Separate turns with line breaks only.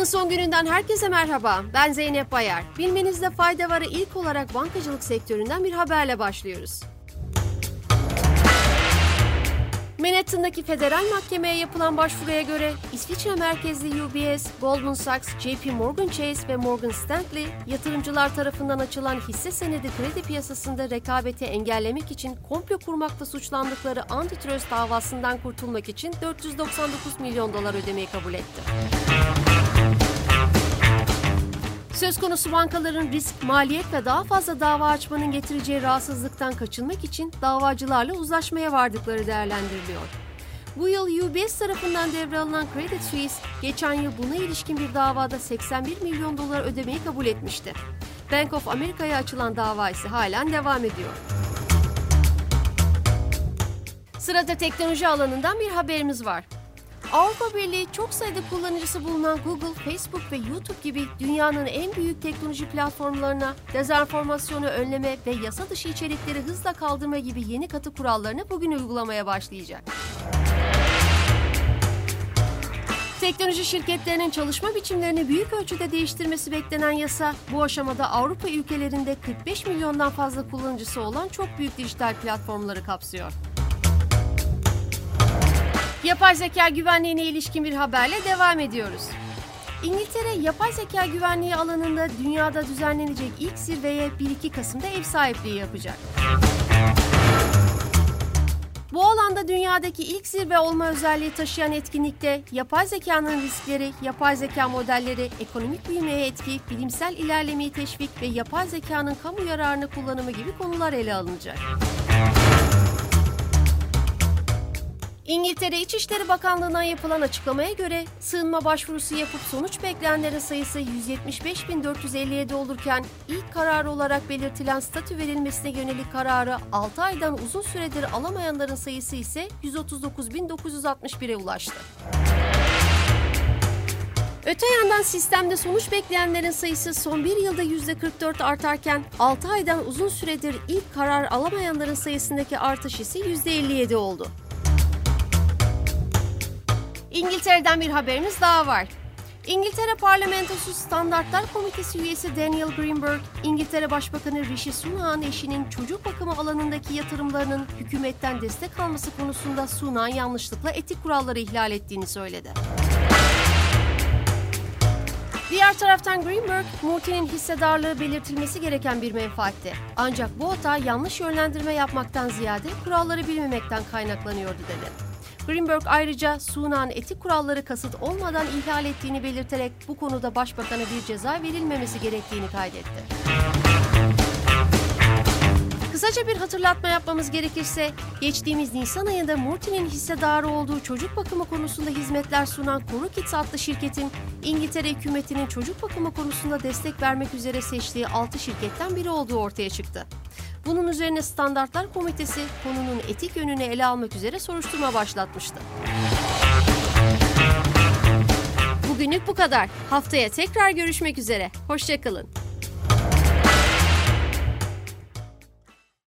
Haftanın son gününden herkese merhaba. Ben Zeynep Bayar. Bilmenizde fayda varı ilk olarak bankacılık sektöründen bir haberle başlıyoruz. Manhattan'daki federal mahkemeye yapılan başvuruya göre İsviçre merkezli UBS, Goldman Sachs, JP Morgan Chase ve Morgan Stanley yatırımcılar tarafından açılan hisse senedi kredi piyasasında rekabeti engellemek için komplo kurmakla suçlandıkları antitrust davasından kurtulmak için $499 milyon ödemeyi kabul etti. Söz konusu bankaların risk, maliyet ve daha fazla dava açmanın getireceği rahatsızlıktan kaçınmak için davacılarla uzlaşmaya vardıkları değerlendiriliyor. Bu yıl UBS tarafından devralınan Credit Suisse, geçen yıl buna ilişkin bir davada $81 milyon ödemeyi kabul etmişti. Bank of America'ya açılan dava ise halen devam ediyor. Sırada teknoloji alanından bir haberimiz var. Avrupa Birliği çok sayıda kullanıcısı bulunan Google, Facebook ve YouTube gibi dünyanın en büyük teknoloji platformlarına dezenformasyonu önleme ve yasa dışı içerikleri hızla kaldırma gibi yeni katı kurallarını bugün uygulamaya başlayacak. Teknoloji şirketlerinin çalışma biçimlerini büyük ölçüde değiştirmesi beklenen yasa, bu aşamada Avrupa ülkelerinde 45 milyondan fazla kullanıcısı olan çok büyük dijital platformları kapsıyor. Yapay zeka güvenliğine ilişkin bir haberle devam ediyoruz. İngiltere, yapay zeka güvenliği alanında dünyada düzenlenecek ilk zirveye 1-2 Kasım'da ev sahipliği yapacak. Bu alanda dünyadaki ilk zirve olma özelliği taşıyan etkinlikte yapay zekanın riskleri, yapay zeka modelleri, ekonomik büyümeye etki, bilimsel ilerlemeyi teşvik ve yapay zekanın kamu yararına kullanımı gibi konular ele alınacak. İngiltere İçişleri Bakanlığı'ndan yapılan açıklamaya göre sığınma başvurusu yapıp sonuç bekleyenlerin sayısı 175.457 olurken ilk karar olarak belirtilen statü verilmesine yönelik kararı 6 aydan uzun süredir alamayanların sayısı ise 139.961'e ulaştı. Öte yandan sistemde sonuç bekleyenlerin sayısı son bir yılda %44 artarken 6 aydan uzun süredir ilk karar alamayanların sayısındaki artış ise %57 oldu. İngiltere'den bir haberimiz daha var. İngiltere Parlamentosu Standartlar Komitesi üyesi Daniel Greenberg, İngiltere Başbakanı Rishi Sunak'ın eşinin çocuk bakımı alanındaki yatırımlarının hükümetten destek alması konusunda Sunak'ın yanlışlıkla etik kuralları ihlal ettiğini söyledi. Diğer taraftan Greenberg, Murthy'nin hissedarlığı belirtilmesi gereken bir menfaatte. Ancak bu hata yanlış yönlendirme yapmaktan ziyade kuralları bilmemekten kaynaklanıyordu dedi. Greenberg ayrıca Sunak'ın etik kuralları kasıt olmadan ihlal ettiğini belirterek bu konuda başbakana bir ceza verilmemesi gerektiğini kaydetti. Kısaca bir hatırlatma yapmamız gerekirse, geçtiğimiz Nisan ayında Murthy'nin hissedarı olduğu çocuk bakımı konusunda hizmetler sunan Corukids adlı şirketin, İngiltere hükümetinin çocuk bakımı konusunda destek vermek üzere seçtiği 6 şirketten biri olduğu ortaya çıktı. Bunun üzerine Standartlar Komitesi konunun etik yönünü ele almak üzere soruşturma başlatmıştı. Bugünlük bu kadar. Haftaya tekrar görüşmek üzere. Hoşça kalın.